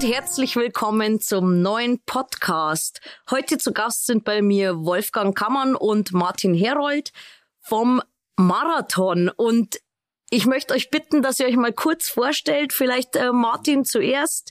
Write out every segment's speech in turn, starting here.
und herzlich willkommen zum neuen Podcast. Heute zu Gast sind bei mir Wolfgang Kammann und Martin Herold vom Marathon. Und ich möchte euch bitten, dass ihr euch mal kurz vorstellt, vielleicht Martin zuerst.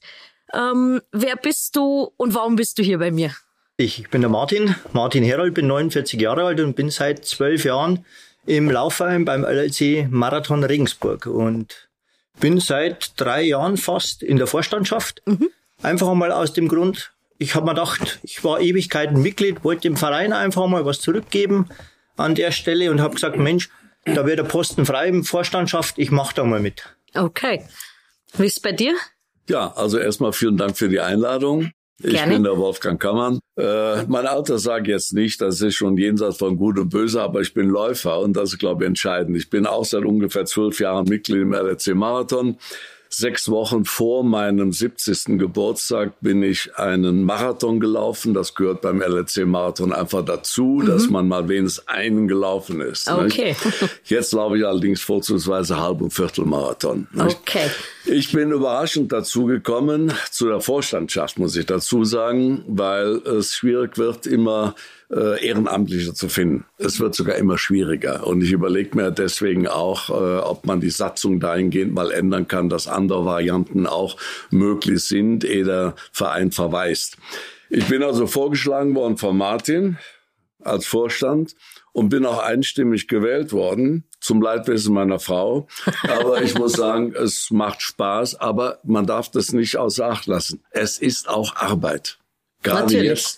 Wer bist du und warum bist du hier bei mir? Ich bin der Martin Herold, bin 49 Jahre alt und bin seit 12 Jahren im Laufverein beim LLC Marathon Regensburg und bin seit 3 Jahren fast in der Vorstandschaft. Einfach einmal aus dem Grund, ich habe mir gedacht, ich war Ewigkeiten Mitglied, wollte dem Verein einfach mal was zurückgeben an der Stelle und habe gesagt, Mensch, da wird der Posten frei im Vorstandschaft, ich mache da mal mit. Okay. Wie ist es bei dir? Ja, also erstmal vielen Dank für die Einladung. Ich bin der Wolfgang Kammann. Mein Alter sage ich jetzt nicht, das ist schon jenseits von Gut und Böse, aber ich bin Läufer und das ist, glaube ich, entscheidend. Ich bin auch seit ungefähr 12 Jahren Mitglied im LRC Marathon. 6 Wochen vor meinem 70. Geburtstag bin ich einen Marathon gelaufen. Das gehört beim LRC Marathon einfach dazu, dass man mal wenigstens einen gelaufen ist. Okay. Nicht? Jetzt laufe ich allerdings vorzugsweise Halb- und Viertelmarathon. Nicht? Okay. Ich bin überraschend dazu gekommen, zu der Vorstandschaft, muss ich dazu sagen, weil es schwierig wird, immer Ehrenamtliche zu finden. Es wird sogar immer schwieriger. Und ich überlege mir deswegen auch, ob man die Satzung dahingehend mal ändern kann, dass andere Varianten auch möglich sind, ehe der Verein verweist. Ich bin also vorgeschlagen worden von Martin als Vorstand und bin auch einstimmig gewählt worden, zum Leidwesen meiner Frau. Aber ich muss sagen, es macht Spaß, aber man darf das nicht außer Acht lassen. Es ist auch Arbeit. Gerade Natürlich. Jetzt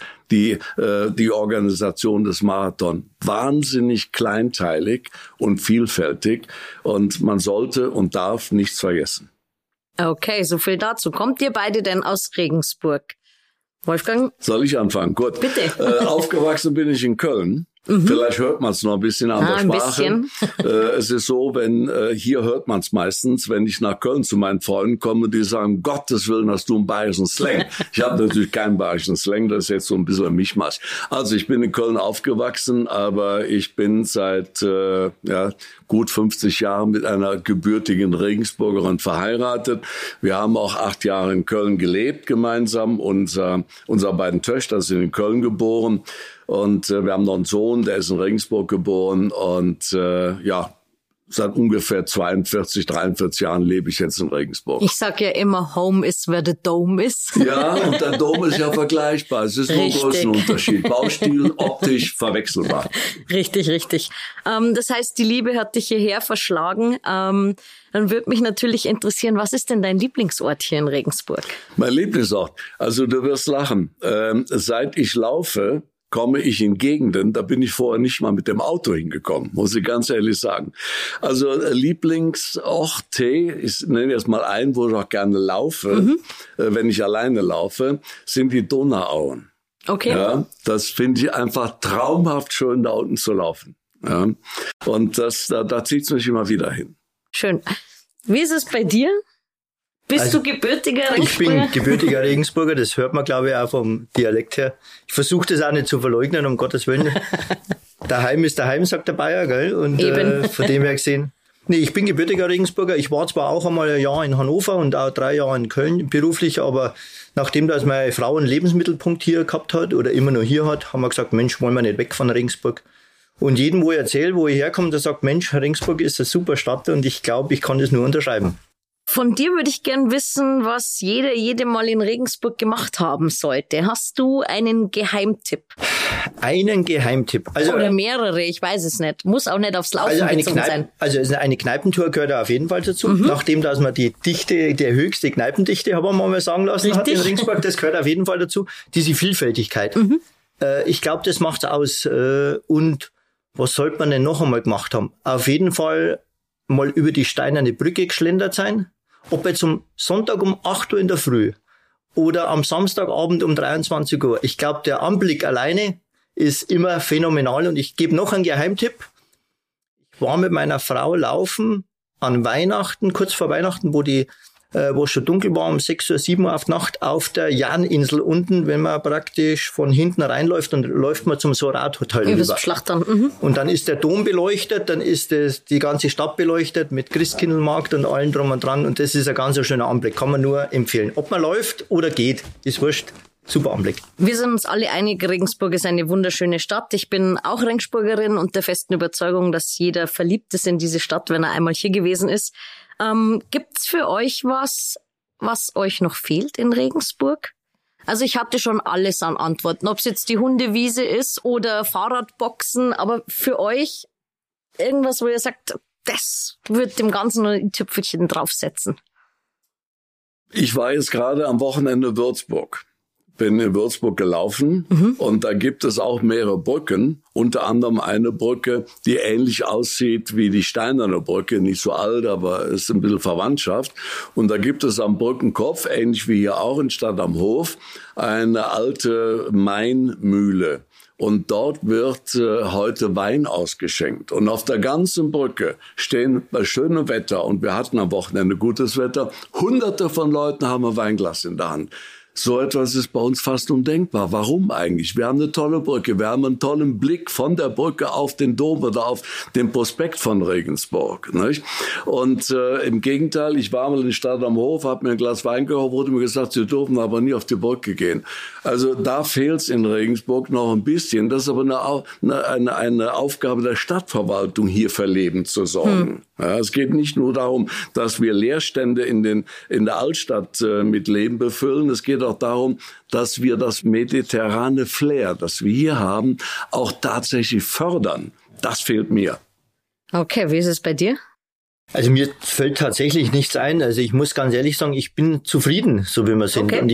die Organisation des Marathon. Wahnsinnig kleinteilig und vielfältig. Und man sollte und darf nichts vergessen. Okay, so viel dazu. Kommt ihr beide denn aus Regensburg? Wolfgang? Soll ich anfangen? Gut. Bitte. Aufgewachsen bin ich in Köln. Vielleicht hört man es noch ein bisschen an der Sprache. Ein Es ist so, hier hört man es meistens, wenn ich nach Köln zu meinen Freunden komme, die sagen, Gottes Willen, hast du einen bayerischen Slang. Ich habe natürlich keinen bayerischen Slang, das ist jetzt so ein bisschen ein Mischmasch. Also ich bin in Köln aufgewachsen, aber ich bin seit gut 50 Jahren mit einer gebürtigen Regensburgerin verheiratet. Wir haben auch 8 Jahre in Köln gelebt gemeinsam. Unsere beiden Töchter sind in Köln geboren. Und wir haben noch einen Sohn, der ist in Regensburg geboren. Und seit ungefähr 42, 43 Jahren lebe ich jetzt in Regensburg. Ich sag ja immer, Home ist, where the Dome ist. Ja, und der Dom ist ja vergleichbar. Es ist nur ein Größenunterschied. Baustil, optisch verwechselbar. Richtig. Das heißt, die Liebe hat dich hierher verschlagen. Dann würde mich natürlich interessieren, was ist denn dein Lieblingsort hier in Regensburg? Mein Lieblingsort? Also du wirst lachen. Seit ich laufe, komme ich in Gegenden, da bin ich vorher nicht mal mit dem Auto hingekommen, muss ich ganz ehrlich sagen. Also Lieblingsorte, ich nenne jetzt mal einen, wo ich auch gerne laufe, wenn ich alleine laufe, sind die Donauauen. Okay. Ja, das finde ich einfach traumhaft schön, da unten zu laufen. Ja, und da zieht es mich immer wieder hin. Schön. Wie ist es bei dir? Bist du gebürtiger Regensburger? Ich bin gebürtiger Regensburger, das hört man, glaube ich, auch vom Dialekt her. Ich versuche das auch nicht zu verleugnen, um Gottes Willen. Daheim ist daheim, sagt der Bayer, gell? Und von dem her gesehen. Nee, ich bin gebürtiger Regensburger. Ich war zwar auch einmal ein Jahr in Hannover und auch 3 Jahre in Köln beruflich, aber nachdem das meine Frau einen Lebensmittelpunkt hier gehabt hat oder immer noch hier hat, haben wir gesagt, Mensch, wollen wir nicht weg von Regensburg. Und jedem, wo ich erzähle, wo ich herkomme, der sagt, Mensch, Regensburg ist eine super Stadt und ich glaube, ich kann das nur unterschreiben. Von dir würde ich gern wissen, was jede mal in Regensburg gemacht haben sollte. Hast du einen Geheimtipp? Einen Geheimtipp? Also, oder mehrere, ich weiß es nicht. Muss auch nicht aufs Laufen bezogen sein. Also eine Kneipentour gehört auf jeden Fall dazu. Nachdem, dass man die höchste Kneipendichte, haben wir mal sagen lassen, hat in Regensburg, das gehört auf jeden Fall dazu. Diese Vielfältigkeit. Ich glaube, das macht's aus. Und was sollte man denn noch einmal gemacht haben? Auf jeden Fall mal über die Steinerne Brücke geschlendert sein. Ob jetzt am Sonntag um 8 Uhr in der Früh oder am Samstagabend um 23 Uhr. Ich glaube, der Anblick alleine ist immer phänomenal. Und ich gebe noch einen Geheimtipp. Ich war mit meiner Frau laufen an Weihnachten, kurz vor Weihnachten, wo die wo es schon dunkel war, um 6 oder 7 Uhr auf die Nacht, auf der Jahninsel unten, wenn man praktisch von hinten reinläuft, dann läuft man zum Sorat-Hotel über. Schlachtern. Und dann ist der Dom beleuchtet, dann ist die ganze Stadt beleuchtet mit Christkindlmarkt und allem drum und dran. Und das ist ein ganz schöner Anblick, kann man nur empfehlen. Ob man läuft oder geht, ist wurscht. Super Anblick. Wir sind uns alle einig, Regensburg ist eine wunderschöne Stadt. Ich bin auch Regensburgerin und der festen Überzeugung, dass jeder verliebt ist in diese Stadt, wenn er einmal hier gewesen ist. Gibt's für euch was euch noch fehlt in Regensburg? Also ich hatte schon alles an Antworten, ob es jetzt die Hundewiese ist oder Fahrradboxen, aber für euch irgendwas, wo ihr sagt, das wird dem Ganzen ein Tüpfelchen draufsetzen. Ich war jetzt gerade am Wochenende in Würzburg. Bin in Würzburg gelaufen und da gibt es auch mehrere Brücken, unter anderem eine Brücke, die ähnlich aussieht wie die Steinerne Brücke, nicht so alt, aber ist ein bisschen Verwandtschaft. Und da gibt es am Brückenkopf, ähnlich wie hier auch in Stadt am Hof, eine alte Mainmühle. Und dort wird heute Wein ausgeschenkt. Und auf der ganzen Brücke stehen bei schönem Wetter, und wir hatten am Wochenende gutes Wetter, Hunderte von Leuten haben ein Weinglas in der Hand. So etwas ist bei uns fast undenkbar. Warum eigentlich? Wir haben eine tolle Brücke. Wir haben einen tollen Blick von der Brücke auf den Dom oder auf den Prospekt von Regensburg. Nicht? Und im Gegenteil, ich war mal in der Stadt am Hof, habe mir ein Glas Wein gekauft, wurde mir gesagt, Sie dürfen aber nie auf die Brücke gehen. Also da fehlt es in Regensburg noch ein bisschen. Das ist aber eine Aufgabe der Stadtverwaltung, hier für Leben zu sorgen. Ja, es geht nicht nur darum, dass wir Leerstände in der Altstadt mit Leben befüllen. Es geht auch darum, dass wir das mediterrane Flair, das wir hier haben, auch tatsächlich fördern. Das fehlt mir. Okay, wie ist es bei dir? Also mir fällt tatsächlich nichts ein. Also ich muss ganz ehrlich sagen, ich bin zufrieden, so wie wir sind. Okay. Und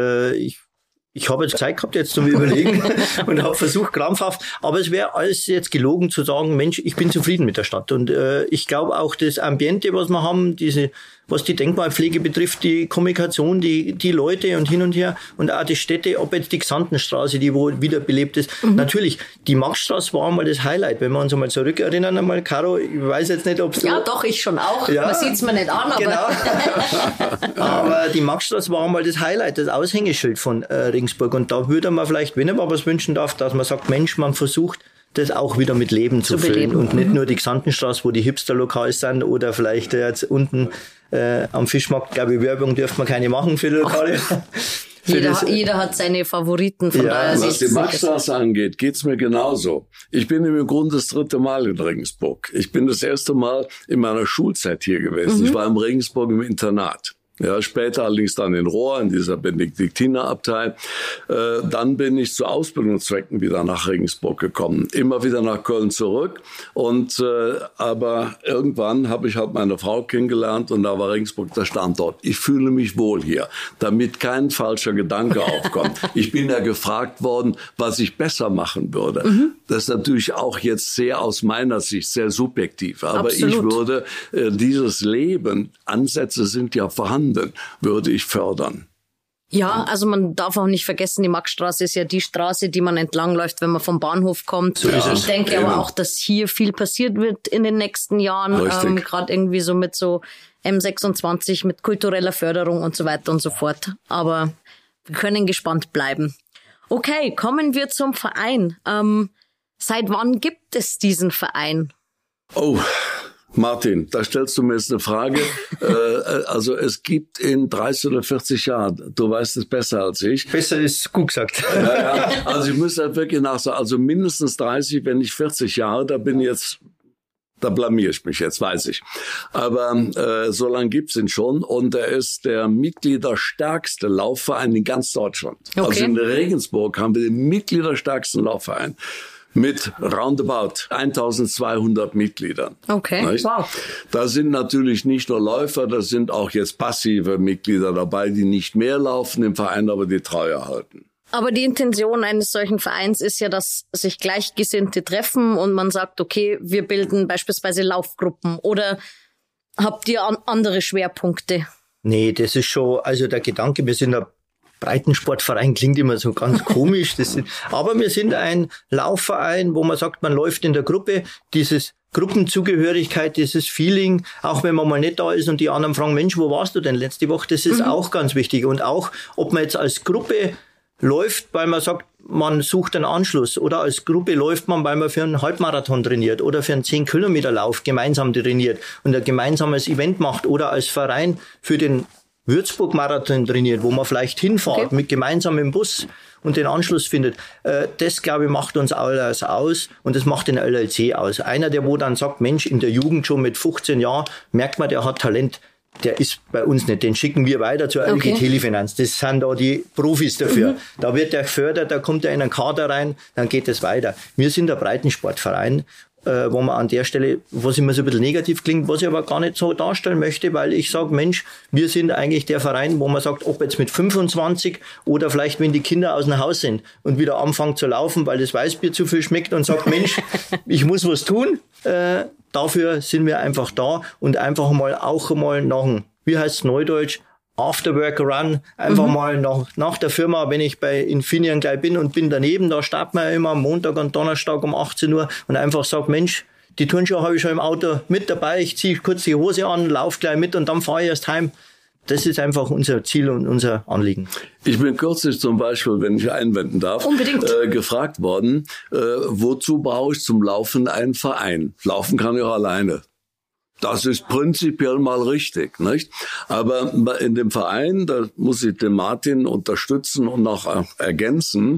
ich habe jetzt Zeit gehabt jetzt zum Überlegen und habe versucht krampfhaft, aber es wäre alles jetzt gelogen zu sagen, Mensch, ich bin zufrieden mit der Stadt. Und ich glaube auch das Ambiente, was wir haben, was die Denkmalpflege betrifft, die Kommunikation, die Leute und hin und her und auch die Städte, ob jetzt die Xantenstraße, die wo wiederbelebt ist. Natürlich, die Maxstraße war einmal das Highlight, wenn wir uns einmal zurückerinnern einmal, Caro, ich weiß jetzt nicht, ob du... Ja, doch, ich schon auch. Ja, man sieht's mir nicht an, aber... Genau. Aber die Maxstraße war einmal das Highlight, das Aushängeschild von Regensburg. Und da würde man vielleicht, wenn man was wünschen darf, dass man sagt, Mensch, man versucht, das auch wieder mit Leben zu füllen und nicht nur die Xantenstraße, wo die Hipster-Lokals sind oder vielleicht jetzt unten am Fischmarkt, glaube ich, Werbung dürfte man keine machen für die Lokale. Jeder hat seine Favoriten, von daher was die Maxstraße angeht, geht's mir genauso. Ich bin im Grunde das 3. Mal in Regensburg. Ich bin das erste Mal in meiner Schulzeit hier gewesen. Ich war in Regensburg im Internat. Ja, später allerdings dann in Rohr, in dieser Benediktinerabtei. Dann bin ich zu Ausbildungszwecken wieder nach Regensburg gekommen. Immer wieder nach Köln zurück. Aber irgendwann habe ich halt meine Frau kennengelernt und da war Regensburg der Standort. Ich fühle mich wohl hier, damit kein falscher Gedanke aufkommt. Ich bin ja gefragt worden, was ich besser machen würde. Das ist natürlich auch jetzt sehr aus meiner Sicht sehr subjektiv. Aber Absolut. Ich würde dieses Leben, Ansätze sind ja vorhanden, würde ich fördern. Ja, also man darf auch nicht vergessen, die Maxstraße ist ja die Straße, die man entlangläuft, wenn man vom Bahnhof kommt. So ich denke aber auch, dass hier viel passiert wird in den nächsten Jahren. Gerade irgendwie so mit so M26, mit kultureller Förderung und so weiter und so fort. Aber wir können gespannt bleiben. Okay, kommen wir zum Verein. Seit wann gibt es diesen Verein? Oh, Martin, da stellst du mir jetzt eine Frage. Also es gibt in 30 oder 40 Jahren, du weißt es besser als ich. Besser ist gut gesagt. Ja, also ich muss halt wirklich nachsagen, also mindestens 30, wenn nicht 40 Jahre, da blamier ich mich jetzt, weiß ich. Aber so lange gibt's ihn schon und er ist der mitgliederstärkste Laufverein in ganz Deutschland. Okay. Also in Regensburg haben wir den mitgliederstärksten Laufverein. Mit roundabout 1200 Mitgliedern. Okay, wow. Da sind natürlich nicht nur Läufer, da sind auch jetzt passive Mitglieder dabei, die nicht mehr laufen im Verein, aber die Treue halten. Aber die Intention eines solchen Vereins ist ja, dass sich Gleichgesinnte treffen und man sagt, okay, wir bilden beispielsweise Laufgruppen. Oder habt ihr andere Schwerpunkte? Nee, das ist schon, also der Gedanke, wir sind Breitensportverein klingt immer so ganz komisch. Aber wir sind ein Laufverein, wo man sagt, man läuft in der Gruppe. Dieses Gruppenzugehörigkeit, dieses Feeling, auch wenn man mal nicht da ist und die anderen fragen, Mensch, wo warst du denn letzte Woche? Das ist auch ganz wichtig. Und auch, ob man jetzt als Gruppe läuft, weil man sagt, man sucht einen Anschluss, oder als Gruppe läuft man, weil man für einen Halbmarathon trainiert oder für einen 10-Kilometer-Lauf gemeinsam trainiert und ein gemeinsames Event macht, oder als Verein für den Würzburg-Marathon trainiert, wo man vielleicht hinfahrt, mit gemeinsam im Bus und den Anschluss findet. Das, glaube ich, macht uns alles aus und das macht den LLC aus. Einer, der wo dann sagt, Mensch, in der Jugend schon mit 15 Jahren, merkt man, der hat Talent. Der ist bei uns nicht. Den schicken wir weiter zur LG Telefinanz. Das sind da die Profis dafür. Da wird der gefördert, da kommt er in einen Kader rein, dann geht es weiter. Wir sind der Breitensportverein, wo man an der Stelle, was immer so ein bisschen negativ klingt, was ich aber gar nicht so darstellen möchte, weil ich sage, Mensch, wir sind eigentlich der Verein, wo man sagt, ob jetzt mit 25 oder vielleicht, wenn die Kinder aus dem Haus sind und wieder anfangen zu laufen, weil das Weißbier zu viel schmeckt und sagt, Mensch, ich muss was tun, dafür sind wir einfach da und einfach mal auch mal nach dem, wie heißt es neudeutsch, Afterwork Run, einfach mal nach der Firma, wenn ich bei Infineon gleich bin und bin daneben, da starten wir immer am Montag und Donnerstag um 18 Uhr und einfach sag, Mensch, die Turnschuhe habe ich schon im Auto mit dabei, ich ziehe kurz die Hose an, laufe gleich mit und dann fahre ich erst heim. Das ist einfach unser Ziel und unser Anliegen. Ich bin kürzlich zum Beispiel, wenn ich einwenden darf, gefragt worden, wozu brauche ich zum Laufen einen Verein? Laufen kann ich auch alleine. Das ist prinzipiell mal richtig, nicht? Aber in dem Verein, da muss ich den Martin unterstützen und noch ergänzen.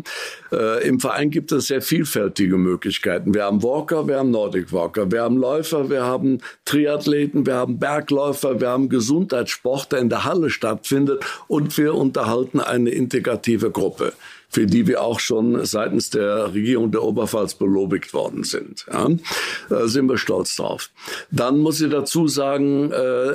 Im Verein gibt es sehr vielfältige Möglichkeiten. Wir haben Walker, wir haben Nordic Walker, wir haben Läufer, wir haben Triathleten, wir haben Bergläufer, wir haben Gesundheitssport, der in der Halle stattfindet und wir unterhalten eine integrative Gruppe, für die wir auch schon seitens der Regierung der Oberpfalz belobigt worden sind. Ja, da sind wir stolz drauf. Dann muss ich dazu sagen,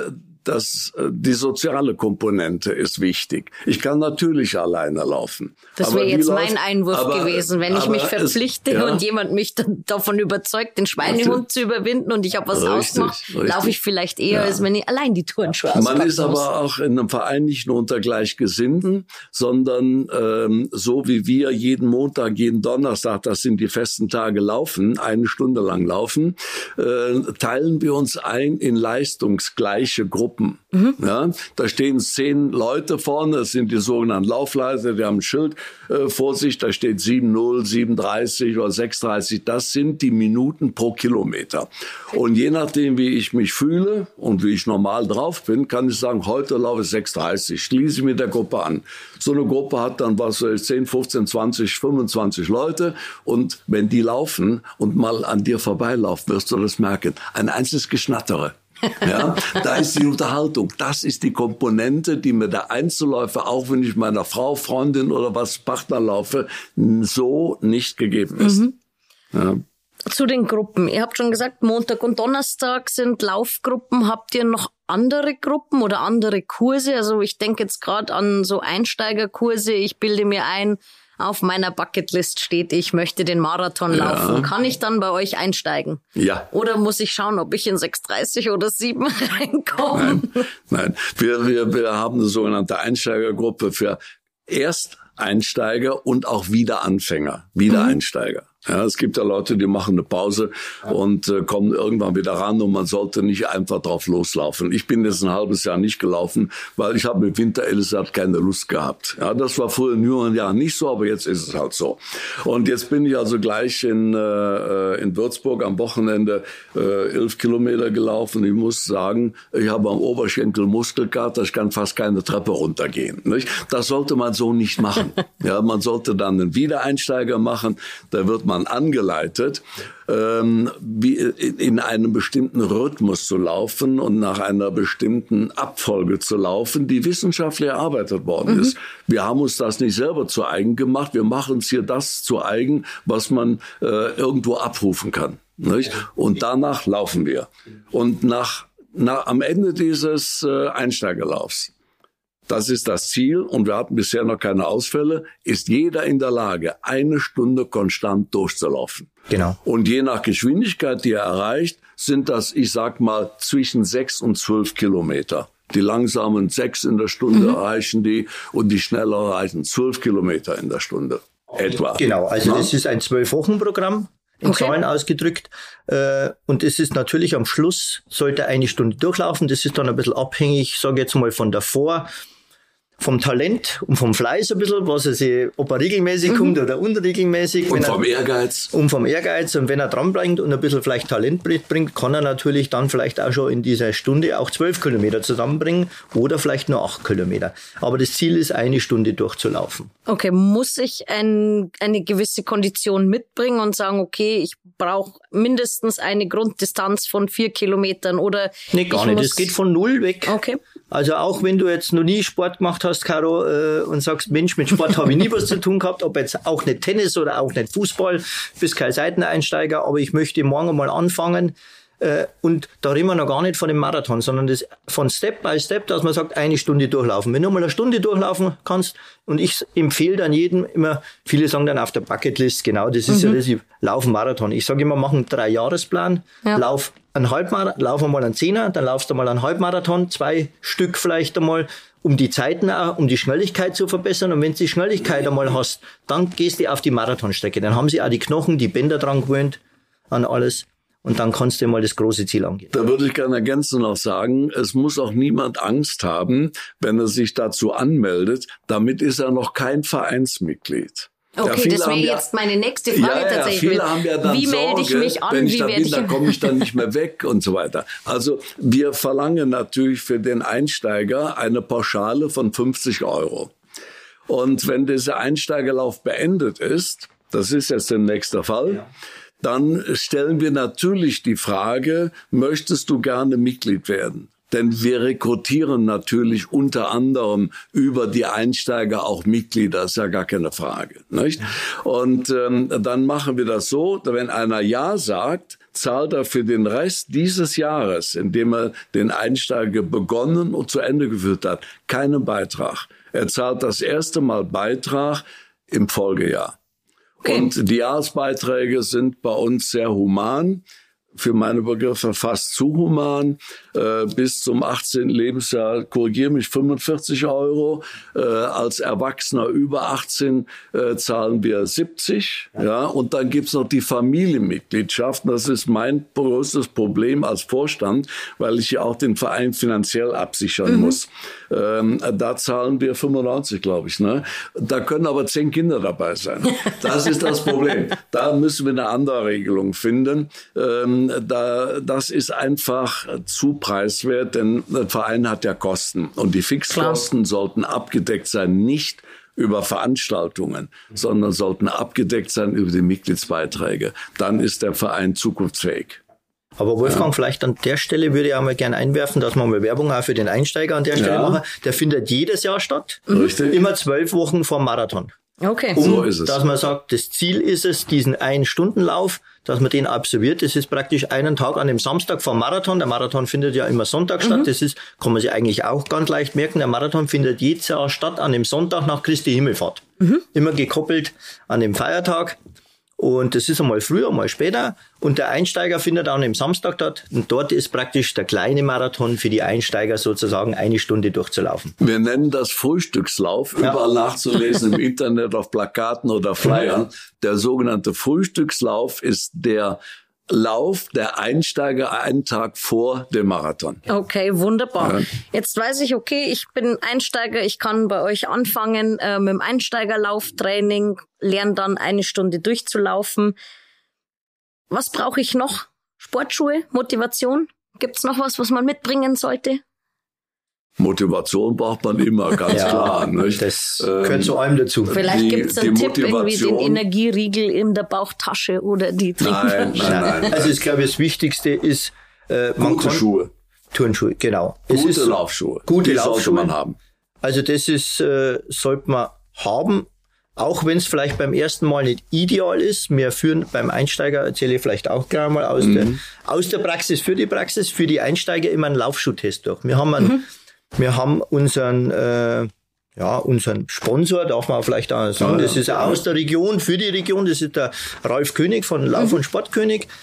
dass die soziale Komponente ist wichtig. Ich kann natürlich alleine laufen. Das wäre jetzt mein Einwurf gewesen, wenn ich mich verpflichte und jemand mich davon überzeugt, den Schweinehund zu überwinden und ich habe was ausgemacht, laufe ich vielleicht eher, als wenn ich allein die Turnschuhe auspacken muss. Man ist aber auch in einem Verein nicht nur unter Gleichgesinnten, sondern so wie wir jeden Montag, jeden Donnerstag, das sind die festen Tage, laufen, 1 Stunde lang laufen, teilen wir uns ein in leistungsgleiche Gruppen. Ja, da stehen 10 Leute vorne, das sind die sogenannten Laufleiter, die haben ein Schild vor sich, da steht 7:0, 7:30 oder 6:30, das sind die Minuten pro Kilometer. Und je nachdem, wie ich mich fühle und wie ich normal drauf bin, kann ich sagen, heute laufe ich 6:30, schließe ich mit der Gruppe an. So eine Gruppe hat dann 10, 15, 20, 25 Leute und wenn die laufen und mal an dir vorbeilaufen, wirst du das merken. Ein einziges Geschnattere. Ja, da ist die Unterhaltung. Das ist die Komponente, die mir der Einzelläufer, auch wenn ich mit meiner Frau, Freundin oder was Partner laufe, so nicht gegeben ist. Ja. Zu den Gruppen. Ihr habt schon gesagt, Montag und Donnerstag sind Laufgruppen. Habt ihr noch andere Gruppen oder andere Kurse? Also ich denke jetzt gerade an so Einsteigerkurse. Ich bilde mir ein, auf meiner Bucketlist steht, ich möchte den Marathon laufen. Kann ich dann bei euch einsteigen? Ja. Oder muss ich schauen, ob ich in 6:30 oder 7 reinkomme? Nein. Wir haben eine sogenannte Einsteigergruppe für Ersteinsteiger und auch Wiederanfänger, Wiedereinsteiger. Ja, es gibt ja Leute, die machen eine Pause und kommen irgendwann wieder ran und man sollte nicht einfach drauf loslaufen. Ich bin jetzt ein halbes Jahr nicht gelaufen, weil ich habe mit Winter Elisabeth keine Lust gehabt. Ja, das war früher in jüngeren Jahren nicht so, aber jetzt ist es halt so. Und jetzt bin ich also gleich in Würzburg am Wochenende 11 Kilometer gelaufen. Ich muss sagen, ich habe am Oberschenkel Muskelkater, ich kann fast keine Treppe runtergehen. Nicht? Das sollte man so nicht machen. Ja, man sollte dann einen Wiedereinsteiger machen, da wird man angeleitet, wie in einem bestimmten Rhythmus zu laufen und nach einer bestimmten Abfolge zu laufen, die wissenschaftlich erarbeitet worden ist. Wir haben uns das nicht selber zu eigen gemacht, wir machen uns hier das zu eigen, was man irgendwo abrufen kann. Nicht? Und danach laufen wir. Und am Ende dieses Einsteigerlaufs, das ist das Ziel und wir hatten bisher noch keine Ausfälle, ist jeder in der Lage, 1 Stunde konstant durchzulaufen. Genau. Und je nach Geschwindigkeit, die er erreicht, sind das, ich sag mal, zwischen 6 und 12 Kilometer. Die langsamen 6 in der Stunde erreichen die und die schneller erreichen 12 Kilometer in der Stunde. Etwa. Genau, also das ist ein 12-Wochen-Programm. in Zahlen ausgedrückt. Und es ist natürlich am Schluss, sollte eine Stunde durchlaufen. Das ist dann ein bisschen abhängig, sage ich jetzt mal, von davor, vom Talent und vom Fleiß ein bisschen, ob er regelmäßig kommt oder unregelmäßig. Und vom Ehrgeiz. Und vom Ehrgeiz. Und wenn er dranbleibt und ein bisschen vielleicht Talent bringt, kann er natürlich dann vielleicht auch schon in dieser Stunde auch 12 Kilometer zusammenbringen oder vielleicht nur 8 Kilometer. Aber das Ziel ist, eine Stunde durchzulaufen. Okay, muss ich eine gewisse Kondition mitbringen und sagen, okay, ich brauche mindestens eine Grunddistanz von 4 Kilometern oder? Nee, gar nicht. Das geht von 0 weg. Okay. Also auch wenn du jetzt noch nie Sport gemacht hast, Caro, und sagst, Mensch, mit Sport habe ich nie was zu tun gehabt, ob jetzt auch nicht Tennis oder auch nicht Fußball, bist kein Seiteneinsteiger, aber ich möchte morgen mal anfangen. Und da reden wir noch gar nicht von dem Marathon, sondern das von Step by Step, dass man sagt, eine Stunde durchlaufen. Wenn du mal eine Stunde durchlaufen kannst, und ich empfehle dann jedem immer, viele sagen dann auf der Bucketlist, genau, das ist ja das, ich laufe einen Marathon. Ich sage immer, mach einen 3-Jahresplan, lauf einen Halbmarathon, lauf einmal einen 10er, dann laufst du mal einen Halbmarathon, 2 Stück vielleicht einmal, um die Zeiten auch, um die Schnelligkeit zu verbessern. Und wenn du die Schnelligkeit einmal hast, dann gehst du auf die Marathonstrecke. Dann haben sie auch die Knochen, die Bänder dran gewöhnt an alles. Und dann kannst du mal das große Ziel angehen. Da würde ich gerne ergänzend noch sagen, es muss auch niemand Angst haben, wenn er sich dazu anmeldet. Damit ist er noch kein Vereinsmitglied. Okay, das wäre jetzt meine nächste Frage tatsächlich. Viele haben ja dann wie melde ich mich an? Wenn ich da bin, dann komme ich dann nicht mehr weg und so weiter. Also wir verlangen natürlich für den Einsteiger eine Pauschale von 50 €. Und wenn dieser Einsteigerlauf beendet ist, das ist jetzt demnächst der Fall, dann stellen wir natürlich die Frage, möchtest du gerne Mitglied werden? Denn wir rekrutieren natürlich unter anderem über die Einsteiger auch Mitglieder, ist ja gar keine Frage, nicht? Und dann machen wir das so, wenn einer Ja sagt, zahlt er für den Rest dieses Jahres, indem er den Einsteiger begonnen und zu Ende geführt hat, keinen Beitrag. Er zahlt das erste Mal Beitrag im Folgejahr. Okay. Und die Jahresbeiträge sind bei uns sehr human. Für meine Begriffe fast zu human. Bis zum 18. Lebensjahr, korrigiere mich, 45 €. Als Erwachsener über 18 zahlen wir 70. Ja, und dann gibt's noch die Familienmitgliedschaft. Das ist mein größtes Problem als Vorstand, weil ich ja auch den Verein finanziell absichern muss. Da zahlen wir 95, glaube ich. Ne? Da können aber 10 Kinder dabei sein. Das ist das Problem. Da müssen wir eine andere Regelung finden. Das ist einfach zu preiswert, denn der Verein hat ja Kosten. Und die Fixkosten sollten abgedeckt sein, nicht über Veranstaltungen, sondern sollten abgedeckt sein über die Mitgliedsbeiträge. Dann ist der Verein zukunftsfähig. Aber Wolfgang, vielleicht an der Stelle würde ich auch mal gerne einwerfen, dass wir mal Werbung auch für den Einsteiger an der Stelle machen. Der findet jedes Jahr statt. Richtig. Immer 12 Wochen vor Marathon. Okay. So ist es. Dass man sagt, das Ziel ist es, diesen 1-Stunden-Lauf, dass man den absolviert. Das ist praktisch einen Tag an dem Samstag vor Marathon. Der Marathon findet ja immer Sonntag statt. Das ist, kann man sich eigentlich auch ganz leicht merken. Der Marathon findet jedes Jahr statt an dem Sonntag nach Christi Himmelfahrt. Immer gekoppelt an dem Feiertag. Und das ist einmal früher, einmal später. Und der Einsteiger findet an dem Samstag statt. Und dort ist praktisch der kleine Marathon für die Einsteiger sozusagen eine Stunde durchzulaufen. Wir nennen das Frühstückslauf, überall nachzulesen im Internet, auf Plakaten oder Flyern. Der sogenannte Frühstückslauf ist der Lauf der Einsteiger einen Tag vor dem Marathon. Okay, wunderbar. Ja. Jetzt weiß ich, okay, ich bin Einsteiger, ich kann bei euch anfangen mit dem Einsteigerlauftraining, lerne dann eine Stunde durchzulaufen. Was brauche ich noch? Sportschuhe, Motivation? Gibt's noch was man mitbringen sollte? Motivation braucht man immer, ganz klar. Nicht? Das gehört zu allem dazu. Vielleicht gibt's einen Tipp, irgendwie den Energieriegel in der Bauchtasche oder die Nein. Also ich glaube, das Wichtigste ist gute Schuhe. Turnschuhe, genau. Gute Laufschuhe. Gute Laufschuhe sollte man haben. Also das ist sollte man haben, auch wenn es vielleicht beim ersten Mal nicht ideal ist. Wir führen beim Einsteiger, erzähle ich vielleicht auch gleich mal aus der Praxis für die Einsteiger immer einen Laufschuhtest durch. Wir haben unseren Sponsor, darf man vielleicht auch sagen, das ist aus der Region, für die Region, das ist der Ralf König von Lauf- und Sportkönig.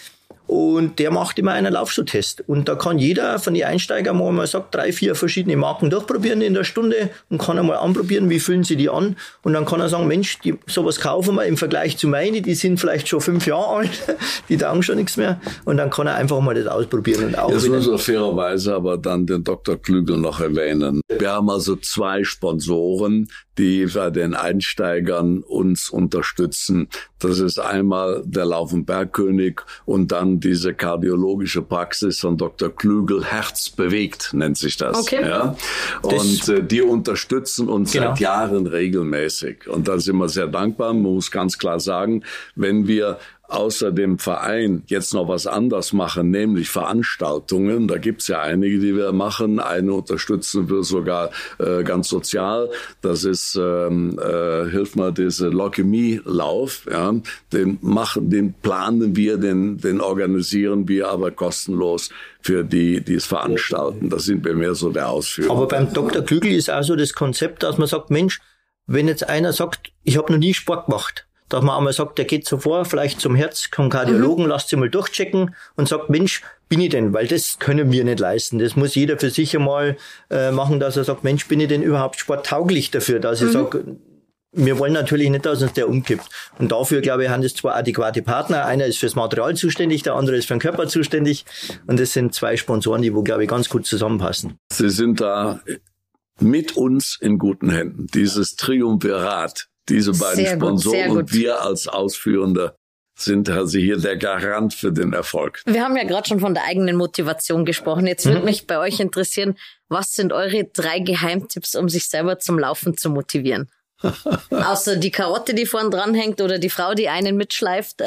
Und der macht immer einen Laufschuhtest. Und da kann jeder von den Einsteigern mal sagt, 3, 4 verschiedene Marken durchprobieren in der Stunde und kann einmal anprobieren, wie fühlen sie die an. Und dann kann er sagen, Mensch, sowas kaufen wir im Vergleich zu meinen, die sind vielleicht schon 5 Jahre alt, die taugen schon nichts mehr. Und dann kann er einfach mal das ausprobieren. Und auch jetzt muss er fairerweise aber dann den Dr. Klügel noch erwähnen. Wir haben also 2 Sponsoren, die bei den Einsteigern uns unterstützen. Das ist einmal der Lauf- und Bergkönig und dann diese kardiologische Praxis von Dr. Klügel. Herz bewegt nennt sich das. Okay. Ja? Und die unterstützen uns seit Jahren regelmäßig. Und da sind wir sehr dankbar. Man muss ganz klar sagen, wenn wir außer dem Verein jetzt noch was anderes machen, nämlich Veranstaltungen. Da gibt's ja einige, die wir machen. Eine unterstützen wir sogar ganz sozial. Das ist, hilf mal, diese Leukämie-Lauf. Ja. Den planen wir, den organisieren wir aber kostenlos für die es veranstalten. Das sind wir mehr so der Ausführer. Aber beim Dr. Klügel ist auch so das Konzept, dass man sagt, Mensch, wenn jetzt einer sagt, ich habe noch nie Sport gemacht, dass man einmal sagt, der geht so vor, vielleicht zum Herz, zum Kardiologen, lasst sie mal durchchecken und sagt, Mensch, bin ich denn? Weil das können wir nicht leisten. Das muss jeder für sich einmal machen, dass er sagt, Mensch, bin ich denn überhaupt sporttauglich dafür? Dass ich sage, wir wollen natürlich nicht, dass uns der umkippt. Und dafür, glaube ich, haben das 2 adäquate Partner. Einer ist fürs Material zuständig, der andere ist für den Körper zuständig. Und das sind 2 Sponsoren, die, glaube ich, ganz gut zusammenpassen. Sie sind da mit uns in guten Händen. Dieses Triumvirat. Diese beiden Sponsoren und wir als Ausführende sind also hier der Garant für den Erfolg. Wir haben ja gerade schon von der eigenen Motivation gesprochen. Jetzt würde mich bei euch interessieren, was sind eure 3 Geheimtipps, um sich selber zum Laufen zu motivieren? Außer die Karotte, die vorn dran hängt oder die Frau, die einen mitschleift.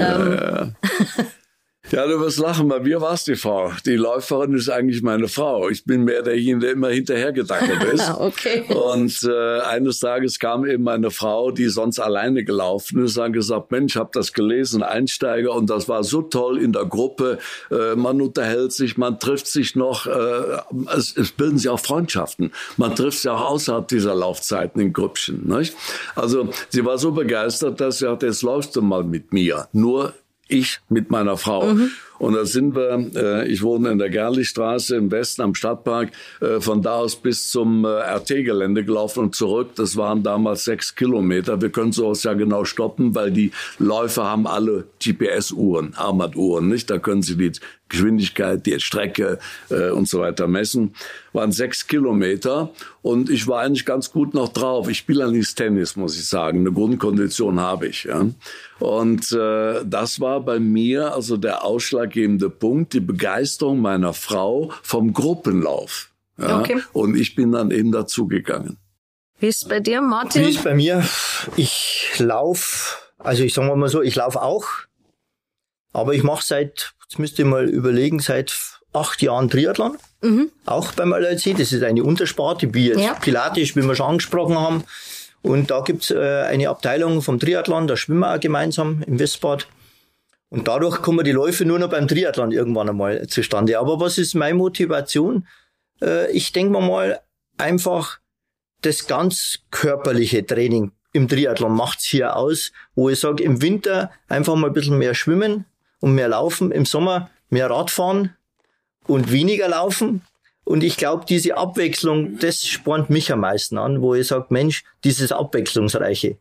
Ja, du wirst lachen, bei mir war es die Frau. Die Läuferin ist eigentlich meine Frau. Ich bin mehr derjenige, der immer hinterhergedackelt ist. Okay. Und eines Tages kam eben eine Frau, die sonst alleine gelaufen ist, und gesagt, Mensch, ich habe das gelesen, Einsteiger, und das war so toll in der Gruppe. Man unterhält sich, man trifft sich noch. Es bilden sich auch Freundschaften. Man trifft sich auch außerhalb dieser Laufzeiten in Grüppchen. Nicht? Also sie war so begeistert, dass sie sagte, jetzt läufst du mal mit mir. Nur ich mit meiner Frau. Und da sind wir, ich wohne in der Gerlichstraße im Westen am Stadtpark, von da aus bis zum RT-Gelände gelaufen und zurück. Das waren damals 6 Kilometer. Wir können sowas ja genau stoppen, weil die Läufer haben alle GPS-Uhren, Armbanduhren, nicht? Da können sie die Geschwindigkeit, die Strecke und so weiter messen. Waren 6 Kilometer und ich war eigentlich ganz gut noch drauf. Ich spiele allerdings Tennis, muss ich sagen. Eine Grundkondition habe ich. Ja. Und das war bei mir also der ausschlaggebende Punkt, die Begeisterung meiner Frau vom Gruppenlauf. Ja. Okay. Und ich bin dann eben dazugegangen. Wie ist es bei dir, Martin? Wie ist es bei mir? Ich laufe, also ich sage mal so, ich laufe auch, aber ich mache jetzt müsst ihr mal überlegen, seit 8 Jahren Triathlon. Auch beim LRC. Das ist eine Untersparte, wie jetzt Pilates, wie wir schon angesprochen haben. Und da gibt's eine Abteilung vom Triathlon, da schwimmen wir auch gemeinsam im Westbad. Und dadurch kommen die Läufe nur noch beim Triathlon irgendwann einmal zustande. Aber was ist meine Motivation? Ich denke mal einfach, das ganz körperliche Training im Triathlon macht's hier aus, wo ich sage, im Winter einfach mal ein bisschen mehr schwimmen und mehr laufen, im Sommer mehr Radfahren und weniger laufen. Und ich glaube, diese Abwechslung, das spornt mich am meisten an, wo ich sage, Mensch, dieses Abwechslungsreiche.